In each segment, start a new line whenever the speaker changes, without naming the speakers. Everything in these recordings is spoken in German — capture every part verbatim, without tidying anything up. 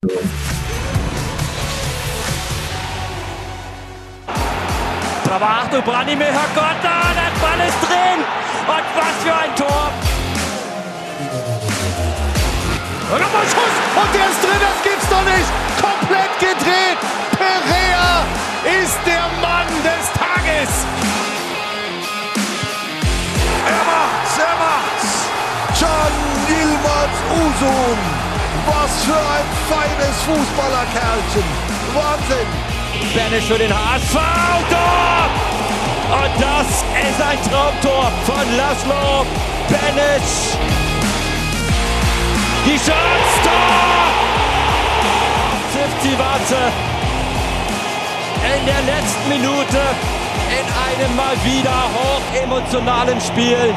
Aber Achtung, Branimir, Herrgott, da, der Ball ist drin! Und was für ein Tor!
Und nochmal Schuss! Und der ist drin, das gibt's doch nicht! Komplett gedreht! Perea ist der Mann des Tages! Er macht's, er macht's! Can Yilmaz Uzun! Was für ein feines Fußballerkerlchen! Wahnsinn!
Benisch für den H S V, Tor! Und das ist ein Traumtor von Laszlo Benisch. Die Chance, Tor! Zivci Vace in der letzten Minute in einem mal wieder hochemotionalen Spiel.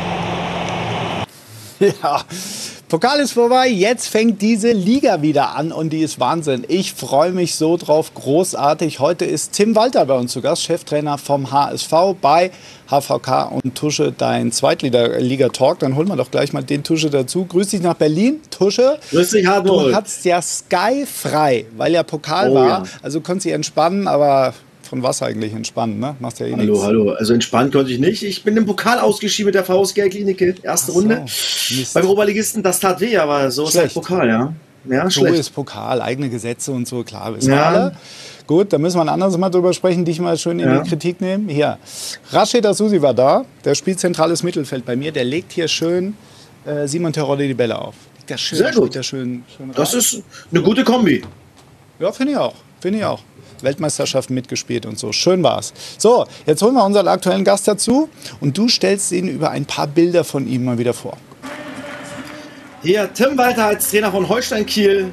Ja, Pokal ist vorbei, jetzt fängt diese Liga wieder an und die ist Wahnsinn. Ich freue mich so drauf, großartig. Heute ist Tim Walter bei uns zu Gast, Cheftrainer vom H S V bei H V K und Tusche, dein Zweitliga-Talk. Dann holen wir doch gleich mal den Tusche dazu. Grüß dich nach Berlin, Tusche.
Grüß dich, Hartmut.
Du hattest ja Sky frei, weil ja Pokal
oh,
war.
Ja.
Also konntest dich entspannen, aber von was eigentlich entspannen, ne? Machst ja eh
Hallo,
nichts.
hallo. Also entspannt konnte ich nicht. Ich bin im Pokal ausgeschieden mit der V S G-Klinik. Erste
so,
Runde.
Mist.
Beim Oberligisten, das tat weh, aber so
Schlecht.
ist der Pokal, ja. Ja,
so
schlecht.
ist Pokal, eigene Gesetze und so, klar, wissen wir
Ja.
alle. Gut, da müssen wir ein anderes Mal drüber sprechen, dich mal schön in
Ja.
die Kritik nehmen. Hier, Rashid Asusi war da, der spielt zentrales Mittelfeld bei mir, der legt hier schön äh, Simon Terodde die Bälle auf. Der schön,
Sehr gut.
Der schön, schön
Das
rein.
ist eine gute Kombi.
Ja, finde ich auch, finde ich auch. Weltmeisterschaften mitgespielt und so. Schön war's. So, jetzt holen wir unseren aktuellen Gast dazu und du stellst ihn über ein paar Bilder von ihm mal wieder vor.
Hier, Tim Walter als Trainer von Holstein Kiel.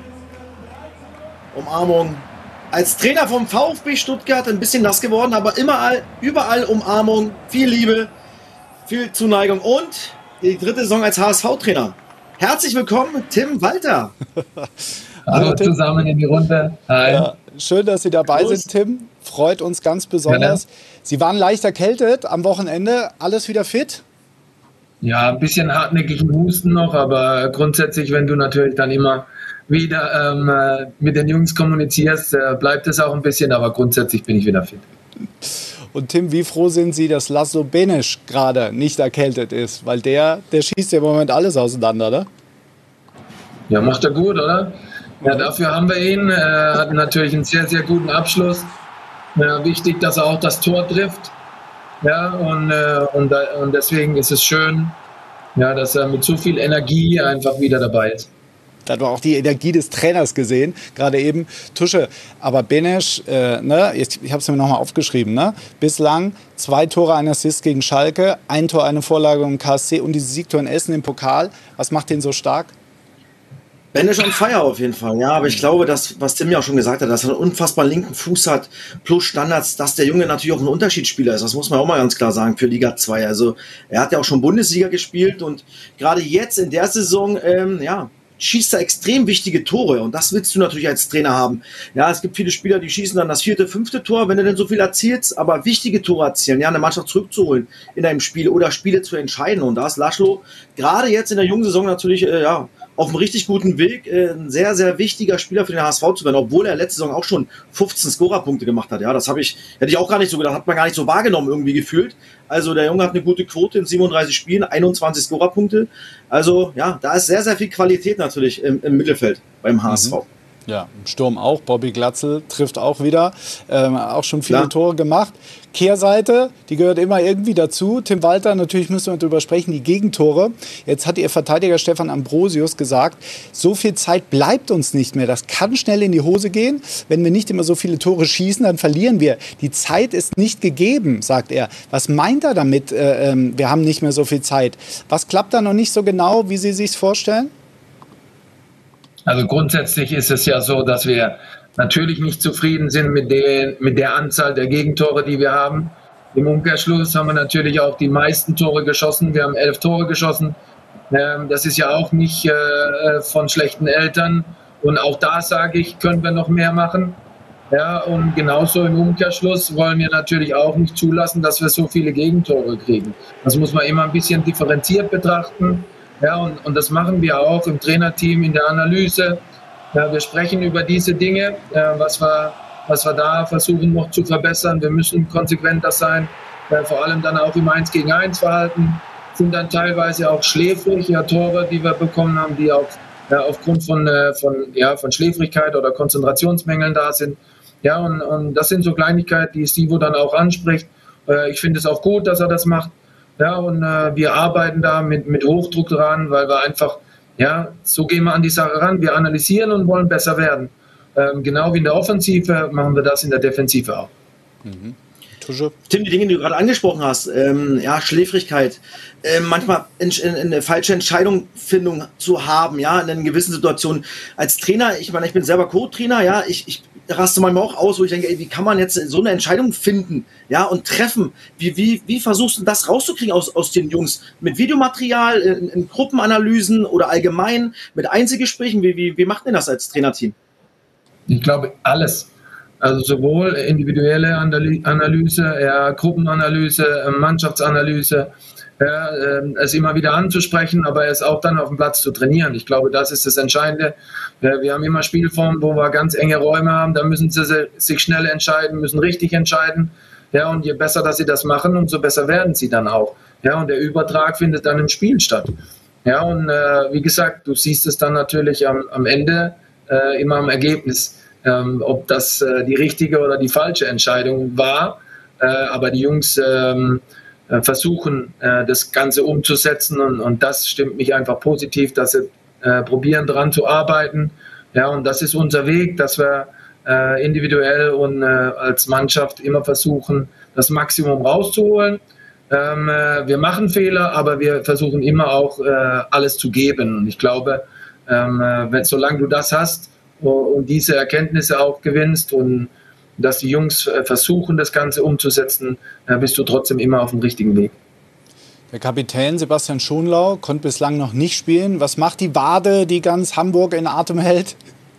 Umarmung. Als Trainer vom VfB Stuttgart ein bisschen nass geworden, aber immer überall Umarmung, viel Liebe, viel Zuneigung und die dritte Saison als H S V-Trainer. Herzlich willkommen, Tim Walter.
Hallo zusammen in die Runde. Hi.
Ja, schön, dass Sie dabei
Prost.
sind, Tim. Freut uns ganz besonders.
Ja,
Sie waren leicht erkältet am Wochenende. Alles wieder fit?
Ja, ein bisschen hartnäckigen Husten noch, aber grundsätzlich, wenn du natürlich dann immer wieder ähm, äh, mit den Jungs kommunizierst, äh, bleibt es auch ein bisschen, aber grundsätzlich bin ich wieder fit.
Und Tim, wie froh sind Sie, dass Laszlo Benisch gerade nicht erkältet ist? Weil der, der schießt ja im Moment alles auseinander, ne?
Ja, macht er gut, oder? Ja, dafür haben wir ihn. Er hat natürlich einen sehr, sehr guten Abschluss. Ja, wichtig, dass er auch das Tor trifft. Ja, und, äh, und, und deswegen ist es schön, ja, dass er mit so viel Energie einfach wieder dabei ist.
Da hat man auch die Energie des Trainers gesehen, gerade eben. Tusche, aber Benisch, äh, ne, ich, ich habe es mir nochmal aufgeschrieben, ne? Bislang zwei Tore, ein Assist gegen Schalke, ein Tor, eine Vorlage im K S C und dieses Siegtor in Essen im Pokal. Was macht den so stark?
Benisch on fire auf jeden Fall, ja, aber ich glaube, dass, was Tim ja auch schon gesagt hat, dass er einen unfassbar linken Fuß hat, plus Standards, dass der Junge natürlich auch ein Unterschiedsspieler ist, das muss man auch mal ganz klar sagen für Liga zwei, also er hat ja auch schon Bundesliga gespielt und gerade jetzt in der Saison, ähm, ja, schießt er extrem wichtige Tore und das willst du natürlich als Trainer haben. Ja, es gibt viele Spieler, die schießen dann das vierte, fünfte Tor, wenn du denn so viel erzielst, aber wichtige Tore erzielen, ja, eine Mannschaft zurückzuholen in einem Spiel oder Spiele zu entscheiden und da ist Laszlo gerade jetzt in der jungen Saison natürlich, äh, ja, auf einem richtig guten Weg, äh, ein sehr, sehr wichtiger Spieler für den H S V zu werden, obwohl er letzte Saison auch schon fünfzehn Scorerpunkte gemacht hat. Ja, das habe ich, hätte ich auch gar nicht so gedacht, hat man gar nicht so wahrgenommen irgendwie gefühlt. Also der Junge hat eine gute Quote in siebenunddreißig Spielen, einundzwanzig Scorerpunkte. Also ja, da ist sehr, sehr viel Qualität natürlich im, im Mittelfeld beim H S V.
Mhm. Ja, im Sturm auch. Bobby Glatzel trifft auch wieder. Ähm, auch schon viele
Klar.
Tore gemacht. Kehrseite, die gehört immer irgendwie dazu. Tim Walter, natürlich müssen wir darüber sprechen, die Gegentore. Jetzt hat Ihr Verteidiger Stefan Ambrosius gesagt, so viel Zeit bleibt uns nicht mehr. Das kann schnell in die Hose gehen. Wenn wir nicht immer so viele Tore schießen, dann verlieren wir. Die Zeit ist nicht gegeben, sagt er. Was meint er damit, äh, äh, wir haben nicht mehr so viel Zeit? Was klappt da noch nicht so genau, wie Sie sich vorstellen?
Also grundsätzlich ist es ja so, dass wir natürlich nicht zufrieden sind mit der, mit der Anzahl der Gegentore, die wir haben. Im Umkehrschluss haben wir natürlich auch die meisten Tore geschossen. Wir haben elf Tore geschossen. Das ist ja auch nicht von schlechten Eltern. Und auch da sage ich, können wir noch mehr machen. Ja, und genauso im Umkehrschluss wollen wir natürlich auch nicht zulassen, dass wir so viele Gegentore kriegen. Das muss man immer ein bisschen differenziert betrachten. Ja, und, und das machen wir auch im Trainerteam, in der Analyse. Ja, wir sprechen über diese Dinge, äh, was wir, was wir da versuchen noch zu verbessern. Wir müssen konsequenter sein, äh, vor allem dann auch im eins gegen eins Verhalten. Sind dann teilweise auch schläfrig, ja, Tore, die wir bekommen haben, die auch ja, aufgrund von, äh, von, ja, von Schläfrigkeit oder Konzentrationsmängeln da sind. Ja, und, und das sind so Kleinigkeiten, die Stivo dann auch anspricht. Äh, ich finde es auch gut, dass er das macht. Ja, und äh, wir arbeiten da mit, mit Hochdruck dran, weil wir einfach, ja, so gehen wir an die Sache ran. Wir analysieren und wollen besser werden. Ähm, genau wie in der Offensive machen wir das in der Defensive auch.
Mhm.
Tim, die Dinge, die du gerade angesprochen hast, ähm, ja, Schläfrigkeit, ähm, manchmal in, in, in eine falsche Entscheidungsfindung zu haben, ja, in einer gewissen Situation. Als Trainer, ich meine, ich bin selber Co-Trainer, ja, ich, ich raste manchmal auch aus, wo ich denke, ey, wie kann man jetzt so eine Entscheidung finden, ja, und treffen? Wie, wie, wie versuchst du das rauszukriegen aus, aus den Jungs? Mit Videomaterial, in, in Gruppenanalysen oder allgemein, mit Einzelgesprächen? Wie, wie, wie macht ihr das als Trainerteam?
Ich glaube, alles. Also sowohl individuelle Analyse, ja, Gruppenanalyse, Mannschaftsanalyse, ja, es immer wieder anzusprechen, aber es auch dann auf dem Platz zu trainieren. Ich glaube, das ist das Entscheidende. Wir haben immer Spielformen, wo wir ganz enge Räume haben, da müssen sie sich schnell entscheiden, müssen richtig entscheiden. Ja, und je besser, dass sie das machen, umso besser werden sie dann auch. Ja, und der Übertrag findet dann im Spiel statt. Ja, und äh, wie gesagt, du siehst es dann natürlich am, am Ende äh, immer am Ergebnis. Ähm, ob das äh, die richtige oder die falsche Entscheidung war. Äh, aber die Jungs ähm, äh, versuchen, äh, das Ganze umzusetzen und, und das stimmt mich einfach positiv, dass sie äh, probieren, daran zu arbeiten. Ja, und das ist unser Weg, dass wir äh, individuell und äh, als Mannschaft immer versuchen, das Maximum rauszuholen. Ähm, äh, wir machen Fehler, aber wir versuchen immer auch äh, alles zu geben. Und ich glaube, ähm, äh, wenn, solange du das hast, und diese Erkenntnisse auch gewinnst und dass die Jungs versuchen, das Ganze umzusetzen, bist du trotzdem immer auf dem richtigen Weg.
Der Kapitän Sebastian Schonlau konnte bislang noch nicht spielen. Was macht die Wade, die ganz Hamburg in Atem hält?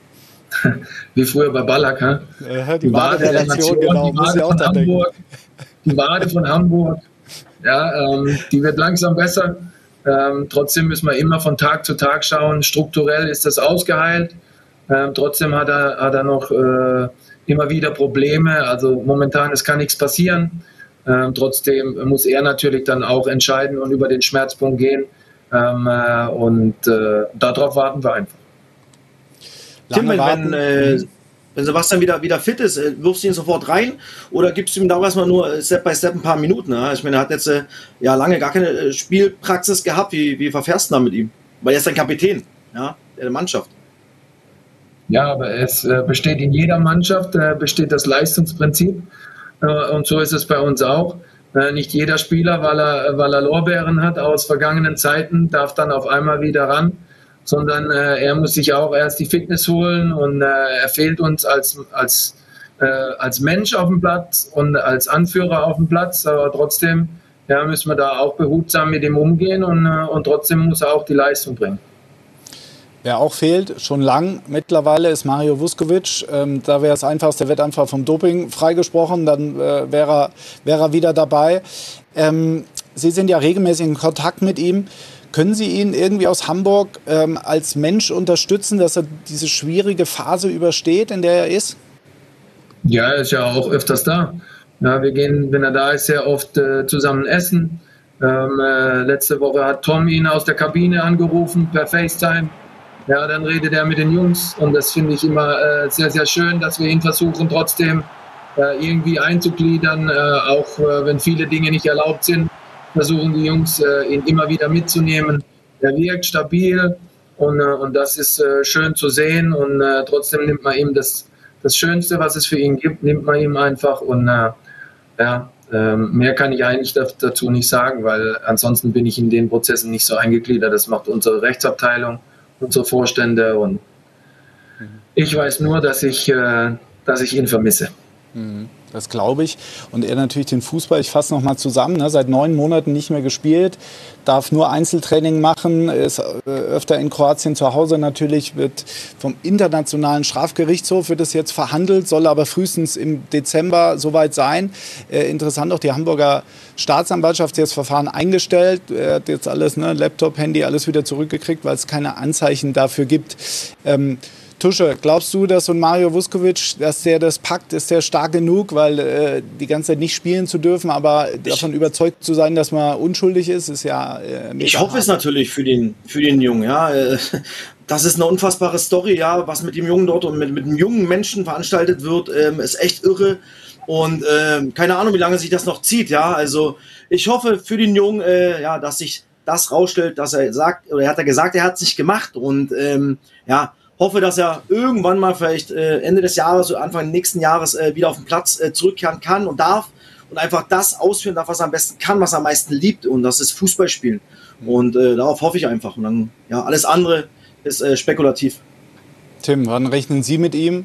Wie früher bei Ballack, ha?
Ja, die, die Wade der, der Nation, genau.
Die Wade, von Hamburg, die Wade von Hamburg, ja, ähm, die wird langsam besser. Ähm, trotzdem müssen wir immer von Tag zu Tag schauen. Strukturell ist das ausgeheilt. Ähm, trotzdem hat er, hat er noch äh, immer wieder Probleme. Also momentan, es kann nichts passieren. Ähm, trotzdem muss er natürlich dann auch entscheiden und über den Schmerzpunkt gehen. Ähm, äh, und äh, darauf warten wir einfach.
Tim, wenn, wenn, äh, wenn Sebastian wieder, wieder fit ist, äh, wirfst du ihn sofort rein oder gibst du ihm da erstmal nur Step by Step ein paar Minuten? Ne? Ich meine, er hat jetzt äh, ja lange gar keine Spielpraxis gehabt. Wie, wie verfährst du da mit ihm? Weil er ist ein Kapitän, ja, der Mannschaft.
Ja, aber es äh, besteht in jeder Mannschaft, äh, besteht das Leistungsprinzip äh, und so ist es bei uns auch. Äh, nicht jeder Spieler, weil er, weil er Lorbeeren hat aus vergangenen Zeiten, darf dann auf einmal wieder ran, sondern äh, er muss sich auch erst die Fitness holen und äh, er fehlt uns als, als, äh, als Mensch auf dem Platz und als Anführer auf dem Platz, aber trotzdem ja, müssen wir da auch behutsam mit ihm umgehen und, äh, und trotzdem muss er auch die Leistung bringen.
Wer auch fehlt, schon lang mittlerweile, ist Mario Vuskovic. Ähm, da wäre es einfachst, der wird einfach vom Doping freigesprochen, dann äh, wäre er, wär er wieder dabei. Ähm, Sie sind ja regelmäßig in Kontakt mit ihm. Können Sie ihn irgendwie aus Hamburg ähm, als Mensch unterstützen, dass er diese schwierige Phase übersteht, in der er ist?
Ja, er ist ja auch öfters da. Ja, wir gehen, wenn er da ist, sehr oft äh, zusammen essen. Ähm, äh, letzte Woche hat Tom ihn aus der Kabine angerufen per FaceTime. Ja, dann redet er mit den Jungs und das finde ich immer äh, sehr, sehr schön, dass wir ihn versuchen trotzdem äh, irgendwie einzugliedern, äh, auch äh, wenn viele Dinge nicht erlaubt sind, versuchen die Jungs äh, ihn immer wieder mitzunehmen. Er wirkt stabil und, äh, und das ist äh, schön zu sehen und äh, trotzdem nimmt man ihm das, das Schönste, was es für ihn gibt, nimmt man ihm einfach und äh, ja, äh, mehr kann ich eigentlich dazu nicht sagen, weil ansonsten bin ich in den Prozessen nicht so eingegliedert. Das macht unsere Rechtsabteilung, unsere Vorstände und ich weiß nur, dass ich, äh, dass ich ihn vermisse.
Das glaube ich. Und er natürlich den Fußball, ich fasse noch mal zusammen, ne, seit neun Monaten nicht mehr gespielt, darf nur Einzeltraining machen, ist äh, öfter in Kroatien zu Hause natürlich, wird vom Internationalen Strafgerichtshof wird es jetzt verhandelt, soll aber frühestens im Dezember soweit sein. Äh, interessant auch, die Hamburger Staatsanwaltschaft hat das Verfahren eingestellt, er hat jetzt alles, ne, Laptop, Handy, alles wieder zurückgekriegt, weil es keine Anzeichen dafür gibt. Ähm, Tusche, glaubst du, dass so ein Mario Vuskovic, dass der das packt, ist der stark genug, weil äh, die ganze Zeit nicht spielen zu dürfen, aber davon überzeugt zu sein, dass man unschuldig ist, ist ja äh, mega
Ich hoffe
hart.
es natürlich für den, für den Jungen, ja. Äh, Das ist eine unfassbare Story, ja, was mit dem Jungen dort und mit, mit dem jungen Menschen veranstaltet wird, ähm, ist echt irre. Und ähm, keine Ahnung, wie lange sich das noch zieht, ja. Also ich hoffe für den Jungen, äh, ja, dass sich das rausstellt, dass er sagt, oder er hat ja gesagt, er hat es nicht gemacht. Und ähm, ja, hoffe, dass er irgendwann mal vielleicht äh, Ende des Jahres oder Anfang nächsten Jahres äh, wieder auf den Platz äh, zurückkehren kann und darf und einfach das ausführen darf, was er am besten kann, was er am meisten liebt. Und das ist Fußball spielen. Und äh, darauf hoffe ich einfach. Und dann, ja, alles andere ist äh, spekulativ.
Tim, wann rechnen Sie mit ihm?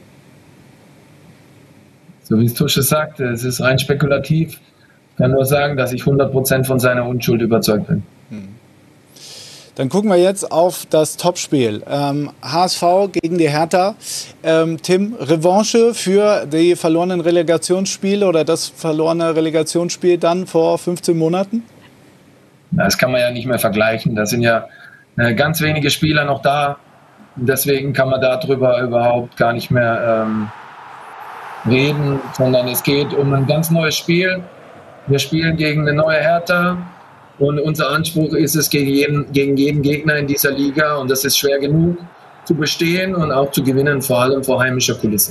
So wie es Tusche sagte, es ist rein spekulativ. Ich kann nur sagen, dass ich hundert Prozent von seiner Unschuld überzeugt bin.
Dann gucken wir jetzt auf das Topspiel. Ähm, H S V gegen die Hertha. Ähm, Tim, Revanche für die verlorenen Relegationsspiele oder das verlorene Relegationsspiel dann vor fünfzehn Monaten?
Das kann man ja nicht mehr vergleichen. Da sind ja äh, ganz wenige Spieler noch da. Deswegen kann man darüber überhaupt gar nicht mehr ähm, reden, sondern es geht um ein ganz neues Spiel. Wir spielen gegen eine neue Hertha. Und unser Anspruch ist es, gegen jeden, gegen jeden Gegner in dieser Liga, und das ist schwer genug, zu bestehen und auch zu gewinnen, vor allem vor heimischer Kulisse.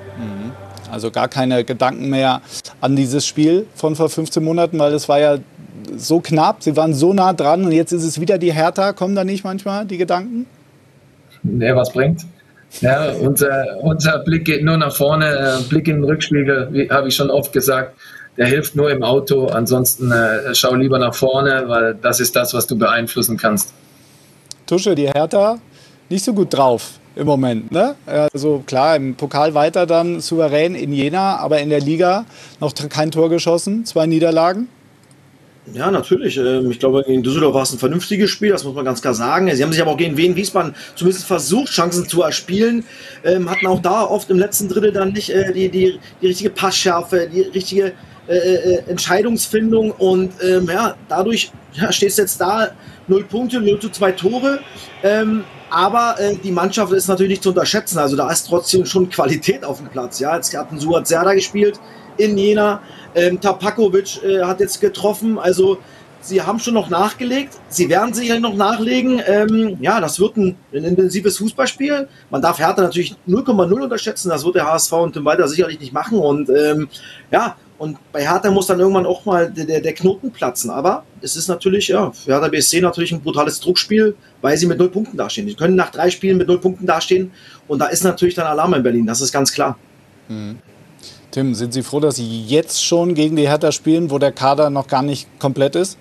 Also gar keine Gedanken mehr an dieses Spiel von vor fünfzehn Monaten, weil es war ja so knapp, sie waren so nah dran und jetzt ist es wieder die Hertha. Kommen da nicht manchmal die Gedanken?
Der was bringt. Ja, unser, unser Blick geht nur nach vorne, Blick in den Rückspiegel, wie habe ich schon oft gesagt. Der hilft nur im Auto, ansonsten äh, schau lieber nach vorne, weil das ist das, was du beeinflussen kannst.
Tusche, die Hertha nicht so gut drauf im Moment, ne? Also klar, im Pokal weiter dann souverän in Jena, aber in der Liga noch kein Tor geschossen, zwei Niederlagen.
Ja, natürlich. Ich glaube, gegen Düsseldorf war es ein vernünftiges Spiel, das muss man ganz klar sagen. Sie haben sich aber auch gegen Wien Wiesbaden zumindest versucht, Chancen zu erspielen. Ähm, hatten auch da oft im letzten Drittel dann nicht äh, die, die, die richtige Passschärfe, die richtige äh, Entscheidungsfindung. Und ähm, ja, dadurch ja, steht es jetzt da, null Punkte, null zu zwei Tore. Ähm, aber äh, die Mannschaft ist natürlich nicht zu unterschätzen. Also da ist trotzdem schon Qualität auf dem Platz. Ja, jetzt hat ein Suat Serdar gespielt in Jena. Ähm, Tabakovic äh, hat jetzt getroffen, also sie haben schon noch nachgelegt, sie werden sicher noch nachlegen. Ähm, ja, das wird ein, ein intensives Fußballspiel. Man darf Hertha natürlich null Komma null unterschätzen, das wird der H S V und Tim Walter sicherlich nicht machen. Und ähm, ja, und bei Hertha muss dann irgendwann auch mal der, der Knoten platzen. Aber es ist natürlich, ja, für Hertha B S C natürlich ein brutales Druckspiel, weil sie mit null Punkten dastehen. Sie können nach drei Spielen mit null Punkten dastehen und da ist natürlich dann Alarm in Berlin, das ist ganz klar.
Mhm. Tim, sind Sie froh, dass Sie jetzt schon gegen die Hertha spielen, wo der Kader noch gar nicht komplett ist?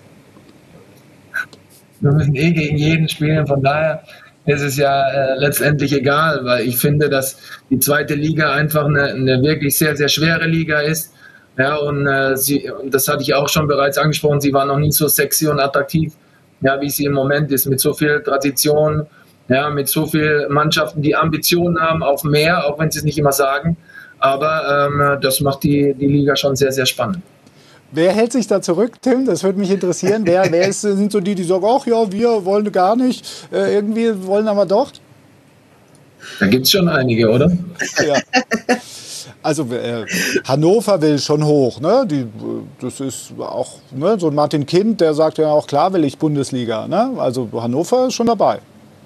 Wir müssen eh gegen jeden spielen, von daher ist es ja äh, letztendlich egal, weil ich finde, dass die zweite Liga einfach eine, eine wirklich sehr, sehr schwere Liga ist. Ja, und, äh, sie, und das hatte ich auch schon bereits angesprochen, sie war noch nie so sexy und attraktiv, ja, wie sie im Moment ist, mit so viel Tradition, ja, mit so vielen Mannschaften, die Ambitionen haben auf mehr, auch wenn sie es nicht immer sagen. Aber ähm, das macht die, die Liga schon sehr, sehr spannend.
Wer hält sich da zurück, Tim? Das würde mich interessieren. Wer, wer ist, sind so die, die sagen, ach ja, wir wollen gar nicht, äh, irgendwie wollen aber doch?
Da gibt es schon einige, oder?
Ja. Also äh, Hannover will schon hoch. Ne? Die, das ist auch ne, so ein Martin Kind, der sagt ja auch, klar will ich Bundesliga. Ne? Also Hannover ist schon dabei.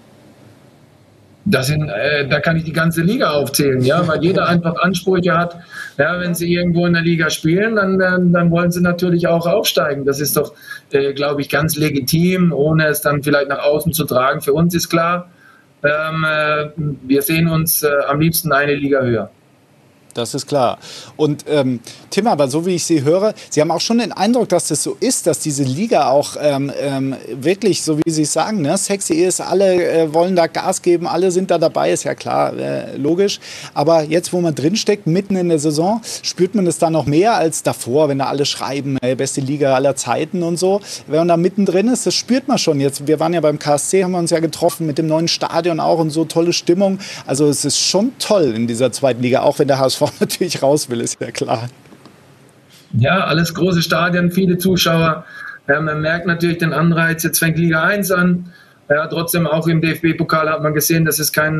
Das sind, äh, da kann ich die ganze Liga aufzählen, ja, weil jeder einfach Ansprüche hat. Ja, wenn sie irgendwo in der Liga spielen, dann, dann, dann wollen sie natürlich auch aufsteigen. Das ist doch, äh, glaube ich, ganz legitim, ohne es dann vielleicht nach außen zu tragen. Für uns ist klar, ähm, äh, wir sehen uns äh, am liebsten eine Liga höher.
Das ist klar. Und ähm, Tim, aber so wie ich Sie höre, Sie haben auch schon den Eindruck, dass das so ist, dass diese Liga auch ähm, ähm, wirklich, so wie Sie es sagen, ne, sexy ist, alle äh, wollen da Gas geben, alle sind da dabei, ist ja klar, äh, logisch. Aber jetzt, wo man drinsteckt, mitten in der Saison, spürt man es da noch mehr als davor, wenn da alle schreiben, ey, beste Liga aller Zeiten und so. Wenn man da mittendrin ist, das spürt man schon jetzt. Wir waren ja beim K S C, haben wir uns ja getroffen mit dem neuen Stadion auch und so tolle Stimmung. Also es ist schon toll in dieser zweiten Liga, auch wenn der H S V natürlich raus will, ist ja klar.
Ja, alles große Stadien, viele Zuschauer. Ja, man merkt natürlich den Anreiz, jetzt fängt Liga eins an. Ja, trotzdem auch im D F B-Pokal hat man gesehen, dass es kein,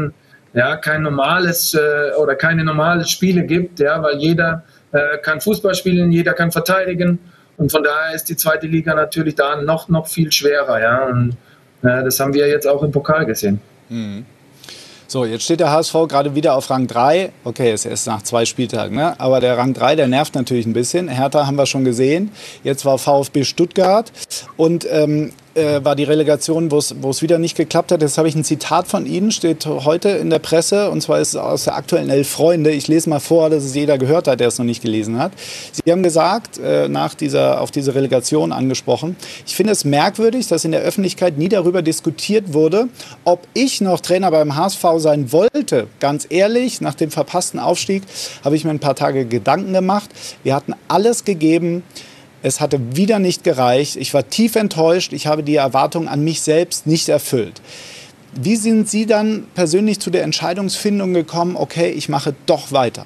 ja, kein normales äh, oder keine normalen Spiele gibt, ja, weil jeder äh, kann Fußball spielen, jeder kann verteidigen und von daher ist die zweite Liga natürlich da noch, noch viel schwerer, ja, und äh, das haben wir jetzt auch im Pokal gesehen.
Mhm. So, jetzt steht der H S V gerade wieder auf Rang drei. Okay, es ist erst nach zwei Spieltagen, ne? Aber der Rang drei, der nervt natürlich ein bisschen. Hertha haben wir schon gesehen. Jetzt war VfB Stuttgart und ähm, äh, war die Relegation, wo es wieder nicht geklappt hat. Jetzt habe ich ein Zitat von Ihnen, steht heute in der Presse, und zwar ist es aus der aktuellen Elf Freunde. Ich lese mal vor, dass es jeder gehört hat, der es noch nicht gelesen hat. Sie haben gesagt, äh, nach dieser, auf diese Relegation angesprochen, ich finde es merkwürdig, dass in der Öffentlichkeit nie darüber diskutiert wurde, ob ich noch Trainer beim H S V sein wollte. Ganz ehrlich, nach dem verpassten Aufstieg habe ich mir ein paar Tage Gedanken gemacht. Wir hatten alles gegeben. Es hatte wieder nicht gereicht. Ich war tief enttäuscht. Ich habe die Erwartungen an mich selbst nicht erfüllt. Wie sind Sie dann persönlich zu der Entscheidungsfindung gekommen, okay, ich mache doch weiter?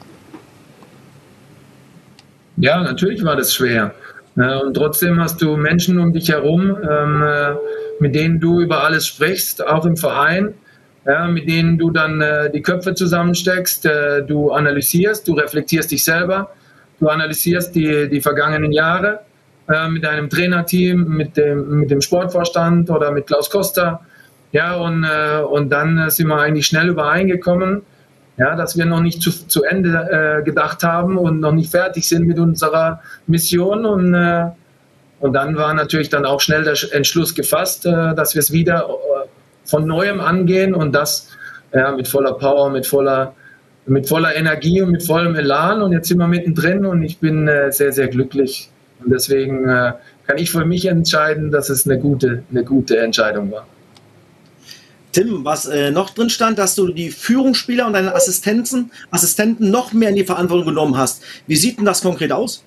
Ja, natürlich war das schwer. Und trotzdem hast du Menschen um dich herum, mit denen du über alles sprichst, auch im Verein, mit denen du dann die Köpfe zusammensteckst, du analysierst, du reflektierst dich selber. Du analysierst die, die vergangenen Jahre äh, mit deinem Trainerteam, mit dem, mit dem Sportvorstand oder mit Klaus Costa. Ja, und, äh, und dann sind wir eigentlich schnell übereingekommen, ja, dass wir noch nicht zu, zu Ende äh, gedacht haben und noch nicht fertig sind mit unserer Mission. Und, äh, und dann war natürlich dann auch schnell der Entschluss gefasst, äh, dass wir es wieder äh, von Neuem angehen und das äh, mit voller Power, mit voller mit voller Energie und mit vollem Elan, und jetzt sind wir mittendrin und ich bin äh, sehr, sehr glücklich. Und deswegen äh, kann ich für mich entscheiden, dass es eine gute, eine gute Entscheidung war.
Tim, was äh, noch drin stand, dass du die Führungsspieler und deine Assistenten, Assistenten noch mehr in die Verantwortung genommen hast. Wie sieht denn das konkret aus?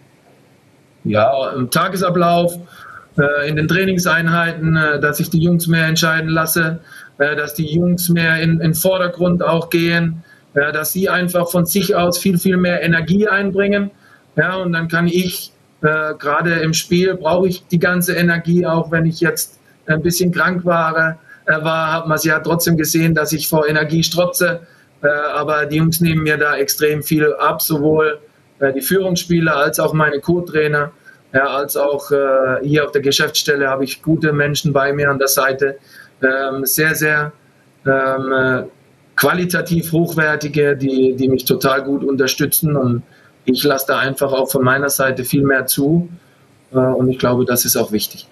Ja, im Tagesablauf, äh, in den Trainingseinheiten, äh, dass ich die Jungs mehr entscheiden lasse, äh, dass die Jungs mehr in den Vordergrund auch gehen, ja, dass sie einfach von sich aus viel, viel mehr Energie einbringen. Ja, und dann kann ich, äh, gerade im Spiel, brauche ich die ganze Energie, auch wenn ich jetzt ein bisschen krank war, äh, war hat man es ja trotzdem gesehen, dass ich vor Energie strotze. Äh, aber die Jungs nehmen mir da extrem viel ab, sowohl äh, die Führungsspieler als auch meine Co-Trainer, ja, als auch äh, hier auf der Geschäftsstelle habe ich gute Menschen bei mir an der Seite. Ähm, sehr, sehr ähm, äh, qualitativ hochwertige, die, die mich total gut unterstützen, und ich lasse da einfach auch von meiner Seite viel mehr zu, und ich glaube, das ist auch wichtig.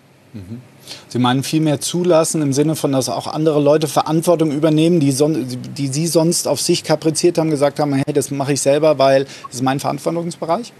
Sie meinen viel mehr zulassen im Sinne von, dass auch andere Leute Verantwortung übernehmen, die, son die Sie sonst auf sich kapriziert haben, gesagt haben, hey, das mache ich selber, weil das ist mein Verantwortungsbereich?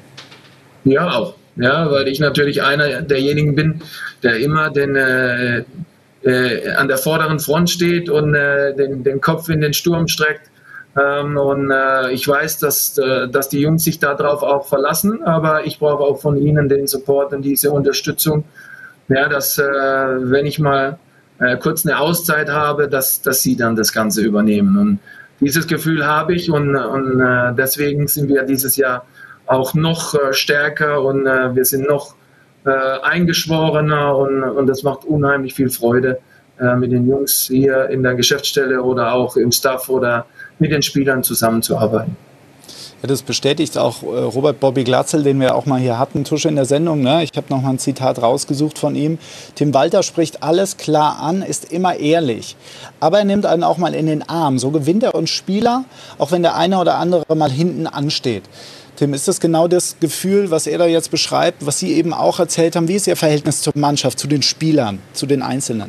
Ja, auch. Ja, weil ich natürlich einer derjenigen bin, der immer den äh, Äh, an der vorderen Front steht und äh, den, den Kopf in den Sturm streckt. Ähm, und äh, ich weiß, dass, äh, dass die Jungs sich darauf auch verlassen, aber ich brauche auch von ihnen den Support und diese Unterstützung, ja, dass äh, wenn ich mal äh, kurz eine Auszeit habe, dass, dass sie dann das Ganze übernehmen. Und dieses Gefühl habe ich, und, und äh, deswegen sind wir dieses Jahr auch noch äh, stärker, und äh, wir sind noch Äh, eingeschworener, und, und das macht unheimlich viel Freude, äh, mit den Jungs hier in der Geschäftsstelle oder auch im Staff oder mit den Spielern zusammenzuarbeiten.
Ja, das bestätigt auch äh, Robert Bobby Glatzel, den wir auch mal hier hatten, Tusche, in der Sendung. Ne? Ich habe noch mal ein Zitat rausgesucht von ihm. Tim Walter spricht alles klar an, ist immer ehrlich. Aber er nimmt einen auch mal in den Arm. So gewinnt er uns Spieler, auch wenn der eine oder andere mal hinten ansteht. Tim, ist das genau das Gefühl, was er da jetzt beschreibt, was Sie eben auch erzählt haben? Wie ist Ihr Verhältnis zur Mannschaft, zu den Spielern, zu den Einzelnen?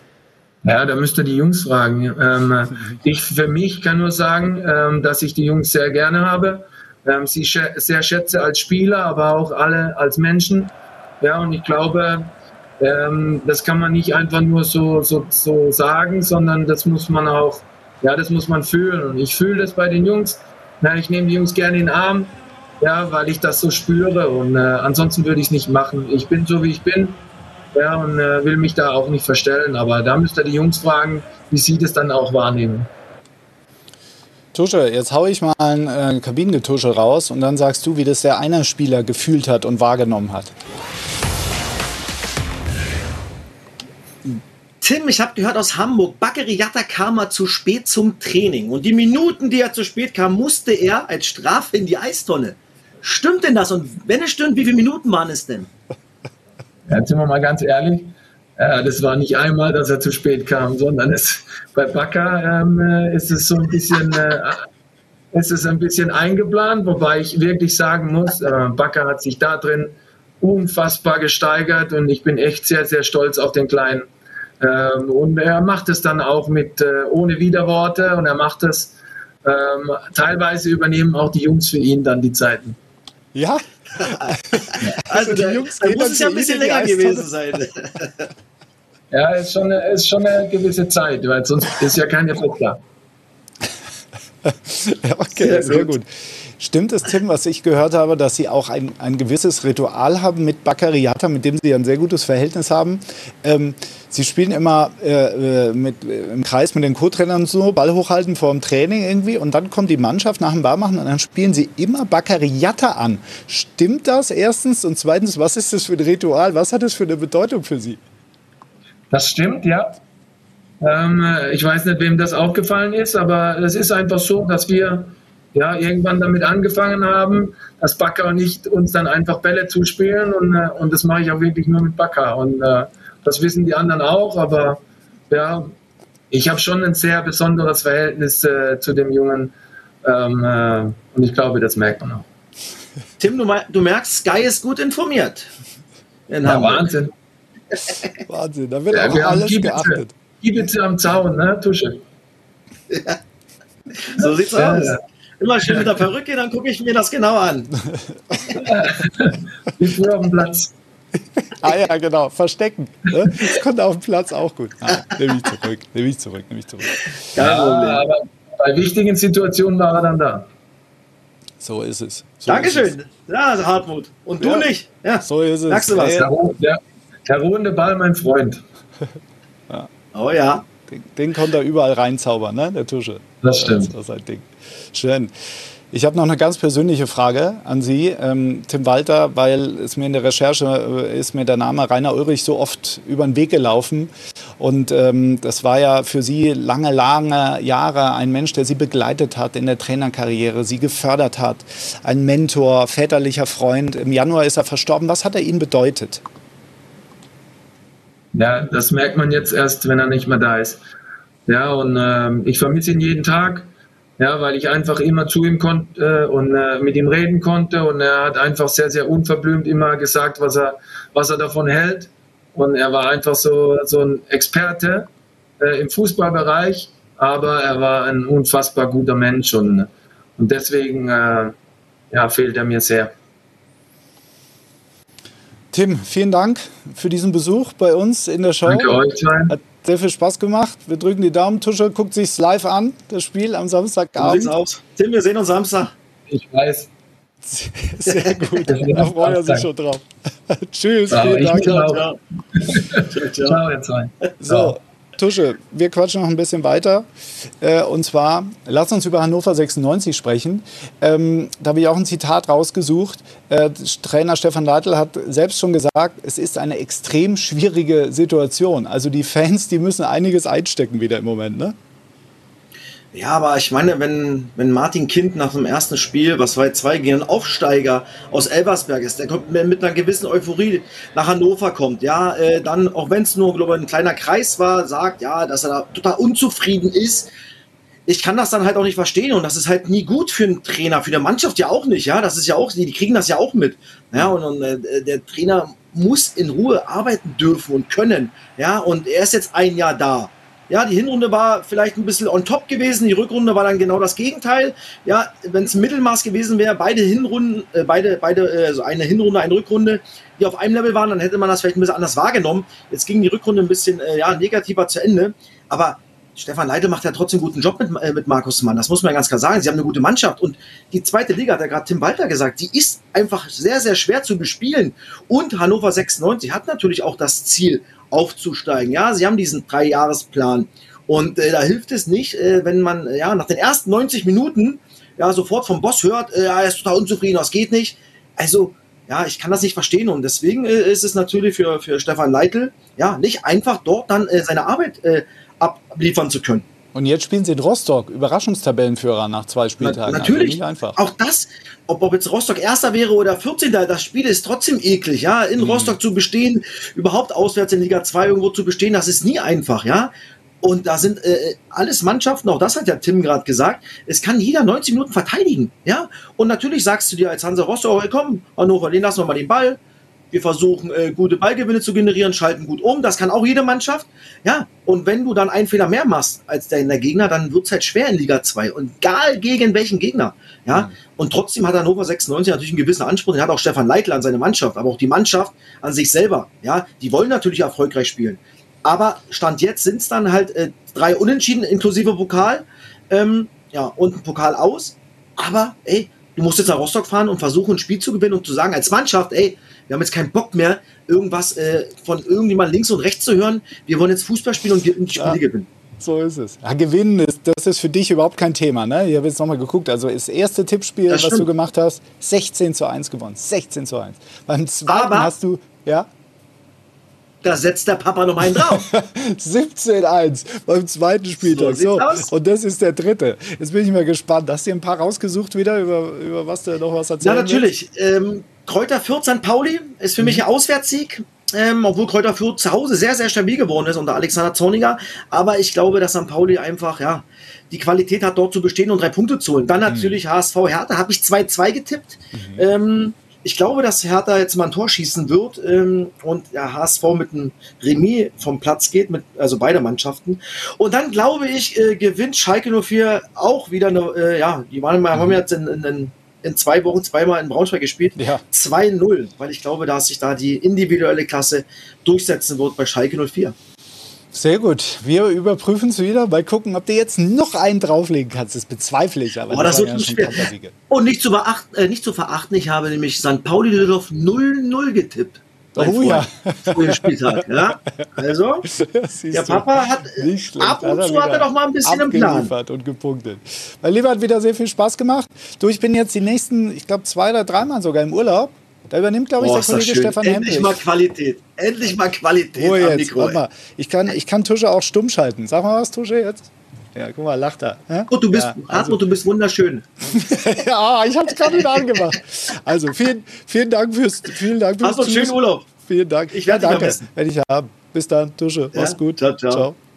Ja, da müsst ihr die Jungs fragen. Ähm, ich für mich kann nur sagen, ähm, dass ich die Jungs sehr gerne habe, ähm, sie sch- sehr schätze als Spieler, aber auch alle als Menschen. Ja, und ich glaube, ähm, das kann man nicht einfach nur so, so, so sagen, sondern das muss man auch, ja, das muss man fühlen. Und ich fühle das bei den Jungs. Ja, ich nehme die Jungs gerne in den Arm, ja, weil ich das so spüre, und äh, ansonsten würde ich es nicht machen. Ich bin so, wie ich bin, ja, und äh, will mich da auch nicht verstellen, aber da müsst ihr die Jungs fragen, wie sie das dann auch wahrnehmen.
Tusche, jetzt haue ich mal ein äh, Kabinengetusche raus und dann sagst du, wie das der eine Spieler gefühlt hat und wahrgenommen hat.
Tim, ich habe gehört aus Hamburg, Bakary-Jatta kam mal zu spät zum Training. Und die Minuten, die er zu spät kam, musste er als Strafe in die Eistonne. Stimmt denn das? Und wenn es stimmt, wie viele Minuten waren es denn?
Ja, jetzt sind wir mal ganz ehrlich. Äh, das war nicht einmal, dass er zu spät kam, sondern es, bei Bakker ähm, ist es so ein bisschen, äh, ist es ein bisschen eingeplant, wobei ich wirklich sagen muss, äh, Bakker hat sich da drin unfassbar gesteigert und ich bin echt sehr, sehr stolz auf den Kleinen. Ähm, und er macht es dann auch mit äh, ohne Widerworte und er macht es, ähm, teilweise übernehmen auch die Jungs für ihn dann die Zeiten.
Ja?
Also,
die
da,
Jungs
da
gehen
muss
dann
es ja ein
zu
bisschen
ihm in die
länger
Eistonne.
gewesen sein.
Ja, ist schon, eine, ist schon eine gewisse Zeit, weil sonst ist ja kein Effekt da.
Okay, sehr, sehr gut. Stimmt es, Tim, was ich gehört habe, dass Sie auch ein, ein gewisses Ritual haben mit Bakary-Jatta, mit dem Sie ein sehr gutes Verhältnis haben? Ähm, Sie spielen immer äh, mit, äh, im Kreis mit den Co-Trainern und so, Ball hochhalten vor dem Training irgendwie und dann kommt die Mannschaft nach dem Barmachen und dann spielen Sie immer Bakary-Jatta an. Stimmt das erstens? Und zweitens, was ist das für ein Ritual? Was hat das für eine Bedeutung für Sie?
Das stimmt, ja. Ähm, ich weiß nicht, wem das aufgefallen ist, aber es ist einfach so, dass wir ja, irgendwann damit angefangen haben, dass Bakker und ich uns dann einfach Bälle zuspielen und, äh, und das mache ich auch wirklich nur mit Bakker und äh, das wissen die anderen auch, aber ja, ich habe schon ein sehr besonderes Verhältnis äh, zu dem Jungen ähm, äh, und ich glaube, das merkt man auch.
Tim, du, du merkst, Sky ist gut informiert. In
Ja,
Hamburg.
Wahnsinn.
Wahnsinn, da wird
Ja,
auch
wir haben
alles
Kiebitze,
geachtet.
Kiebitze am Zaun, ne, Tusche.
Ja. So sieht's
Ja,
aus.
ja.
Immer schön mit der Perücke, dann gucke ich mir das genau an.
Wie früher auf dem Platz.
Ah ja, genau, verstecken. Ne? Das konnte auf dem Platz auch gut. Ah, nehme ich zurück, nehme ich zurück, nehme ich zurück.
Kein
Ja,
Problem.
aber bei wichtigen Situationen war er dann da.
So ist es. So
Dankeschön.
ist
Ja, also Hartmut. Und du
Ja.
nicht. Ja.
es. So ist es.
Merkst du was?
Ey,
Der, Ruh- der, der ruhende Ball, mein Freund.
Oh ja.
den, den konnte er überall reinzaubern, ne? Der Tusche.
Das stimmt.
Das war sein Ding. Schön. Ich habe noch eine ganz persönliche Frage an Sie, ähm, Tim Walter, weil es mir in der Recherche äh, ist mir der Name Rainer Ulrich so oft über den Weg gelaufen. Und ähm, das war ja für Sie lange, lange Jahre ein Mensch, der Sie begleitet hat in der Trainerkarriere, Sie gefördert hat, ein Mentor, väterlicher Freund. Im Januar ist er verstorben. Was hat er Ihnen bedeutet?
Ja, das merkt man jetzt erst, wenn er nicht mehr da ist. Ja, und ähm, ich vermisse ihn jeden Tag. Ja, weil ich einfach immer zu ihm konnte äh, und äh, mit ihm reden konnte und er hat einfach sehr, sehr unverblümt immer gesagt, was er, was er davon hält und er war einfach so, so ein Experte äh, im Fußballbereich, aber er war ein unfassbar guter Mensch und, und deswegen äh, ja, fehlt er mir sehr.
Tim, vielen Dank für diesen Besuch bei uns in der Show.
Danke euch zwei.
Hat sehr viel Spaß gemacht. Wir drücken die Daumen. Tusche guckt sich's live an, das Spiel am
So sieht's
Samstagabend.
aus. Tim, wir sehen uns Samstag.
Ich weiß.
Sehr gut. Da freut er sich schon drauf. Tschüss,
Ja,
vielen
ich
Dank.
mich auch.
Ciao. Ciao, ciao.
Ciao, ihr zwei.
So, Tusche, wir quatschen noch ein bisschen weiter. Äh, und zwar, lass uns über Hannover sechsundneunzig sprechen. Ähm, da habe ich auch ein Zitat rausgesucht. Äh, Trainer Stefan Leitl hat selbst schon gesagt, es ist eine extrem schwierige Situation. Also die Fans, die müssen einiges einstecken wieder im Moment, ne?
Ja, aber ich meine, wenn, wenn Martin Kind nach dem ersten Spiel, was war jetzt zwei, gegen einen Aufsteiger aus Elversberg ist, der kommt mit einer gewissen Euphorie nach Hannover kommt, ja, äh, dann, auch wenn es nur, glaube ich, ein kleiner Kreis war, sagt, ja, dass er da total unzufrieden ist. Ich kann das dann halt auch nicht verstehen und das ist halt nie gut für einen Trainer, für die Mannschaft ja auch nicht, ja, das ist ja auch, die, die kriegen das ja auch mit, ja, und, und äh, der Trainer muss in Ruhe arbeiten dürfen und können, ja, und er ist jetzt ein Jahr da. Ja, die Hinrunde war vielleicht ein bisschen on top gewesen, die Rückrunde war dann genau das Gegenteil. Ja, wenn es ein Mittelmaß gewesen wäre, beide Hinrunden, äh, beide, beide, äh, also eine Hinrunde, eine Rückrunde, die auf einem Level waren, dann hätte man das vielleicht ein bisschen anders wahrgenommen. Jetzt ging die Rückrunde ein bisschen äh, ja, negativer zu Ende, aber Stefan Leitl macht ja trotzdem einen guten Job mit, äh, mit Markus Mann, das muss man ja ganz klar sagen. Sie haben eine gute Mannschaft und die zweite Liga, hat ja gerade Tim Walter gesagt, die ist einfach sehr, sehr schwer zu bespielen. Und Hannover sechsundneunzig hat natürlich auch das Ziel, aufzusteigen. Ja, sie haben diesen Drei-Jahres-Plan und äh, da hilft es nicht, äh, wenn man äh, ja nach den ersten neunzig Minuten ja sofort vom Boss hört, äh, er ist total unzufrieden, das geht nicht. Also Ja, ich kann das nicht verstehen und deswegen äh, ist es natürlich für, für Stefan Leitl ja nicht einfach, dort dann äh, seine Arbeit äh, abliefern zu können.
Und jetzt spielen sie in Rostock, Überraschungstabellenführer nach zwei Spieltagen.
Na, natürlich,
also nicht einfach.
Auch das, ob, ob jetzt Rostock Erster wäre oder vierzehnter das Spiel ist trotzdem eklig, ja, in mhm. Rostock zu bestehen, überhaupt auswärts in Liga zwei irgendwo zu bestehen, das ist nie einfach, ja. Und da sind äh, alles Mannschaften, auch das hat ja Tim gerade gesagt, es kann jeder neunzig Minuten verteidigen, ja. Und natürlich sagst du dir als Hansa Rostock, hey, komm, Hannover, den lassen wir mal den Ball. Wir versuchen, äh, gute Ballgewinne zu generieren, schalten gut um. Das kann auch jede Mannschaft. Ja, und wenn du dann einen Fehler mehr machst als der, der Gegner, dann wird es halt schwer in Liga zwei. Und egal gegen welchen Gegner. Ja, mhm. Und trotzdem hat Hannover sechsundneunzig natürlich einen gewissen Anspruch. Den hat auch Stefan Leitl an seine Mannschaft, aber auch die Mannschaft an sich selber. Ja, die wollen natürlich erfolgreich spielen. Aber Stand jetzt sind es dann halt äh, drei Unentschieden inklusive Pokal. Ähm, ja, und ein Pokal aus. Aber, ey, du musst jetzt nach Rostock fahren und versuchen, ein Spiel zu gewinnen und zu sagen als Mannschaft, ey, wir haben jetzt keinen Bock mehr, irgendwas äh, von irgendjemand links und rechts zu hören. Wir wollen jetzt Fußball spielen und die Spiele ja, gewinnen.
So ist es. Ja, gewinnen, ist, das ist für dich überhaupt kein Thema. Ne? Ich habe jetzt nochmal geguckt. Also das erste Tippspiel, das was du gemacht hast, sechzehn zu eins gewonnen. sechzehn zu eins. Beim zweiten Aber hast du... Ja?
Da setzt der Papa noch einen drauf.
siebzehn eins beim zweiten Spieltag. So, so. Und das ist der dritte. Jetzt bin ich mal gespannt. Hast du dir ein paar rausgesucht wieder, über, über was du noch was erzählen
Ja, natürlich. Ähm, Kräuter Fürth Sankt Pauli ist für mhm. mich ein Auswärtssieg. Ähm, obwohl Kräuter Fürth zu Hause sehr, sehr stabil geworden ist unter Alexander Zorniger. Aber ich glaube, dass Sankt Pauli einfach, ja, die Qualität hat, dort zu bestehen und drei Punkte zu holen. Dann natürlich mhm. H S V Hertha, habe ich zwei zwei getippt. Mhm. Ähm, Ich glaube, dass Hertha jetzt mal ein Tor schießen wird ähm, und der H S V mit einem Remis vom Platz geht, mit, also beide Mannschaften. Und dann glaube ich, äh, gewinnt Schalke null vier auch wieder, eine, äh, ja, die waren, mhm. haben jetzt in, in, in zwei Wochen zweimal in Braunschweig gespielt, ja. zwei null, weil ich glaube, dass sich da die individuelle Klasse durchsetzen wird bei Schalke null vier.
Sehr gut. Wir überprüfen es wieder. Mal gucken, ob du jetzt noch einen drauflegen kannst. Das bezweifle ich. Aber
oh, das wird ja schwer. Und nicht zu, verachten, äh, nicht zu verachten, ich habe nämlich Sankt Pauli Düsseldorf null null getippt.
Oh ja.
Vor dem Spieltag. Ja? Also, der Papa hat ab und zu hat er doch mal ein bisschen im Plan.
Und gepunktet. Mein Lieber, hat wieder sehr viel Spaß gemacht. Du, ich bin jetzt die nächsten, ich glaube, zwei oder dreimal sogar im Urlaub. Da übernimmt, glaube ich,
oh,
der Kollege Stefan
Endlich
Hempel.
mal Qualität. Endlich mal Qualität
oh,
am
jetzt,
Mikro.
Mal. Ich kann, ich kann Tusche auch stumm schalten. Sag mal was, Tusche, jetzt. Ja, guck mal, lacht er. Ja?
Oh, du bist,
ja, also.
Hartmut, du bist wunderschön.
Ja, ich habe es gerade wieder angemacht. Also, vielen, vielen Dank fürs, vielen Dank fürs
Hast du einen schönen Urlaub.
Vielen Dank.
Ich werde
ja,
dich vermissen.
Werde ich haben. Bis dann, Tusche. Mach's
ja?
gut.
Ciao, ciao. ciao.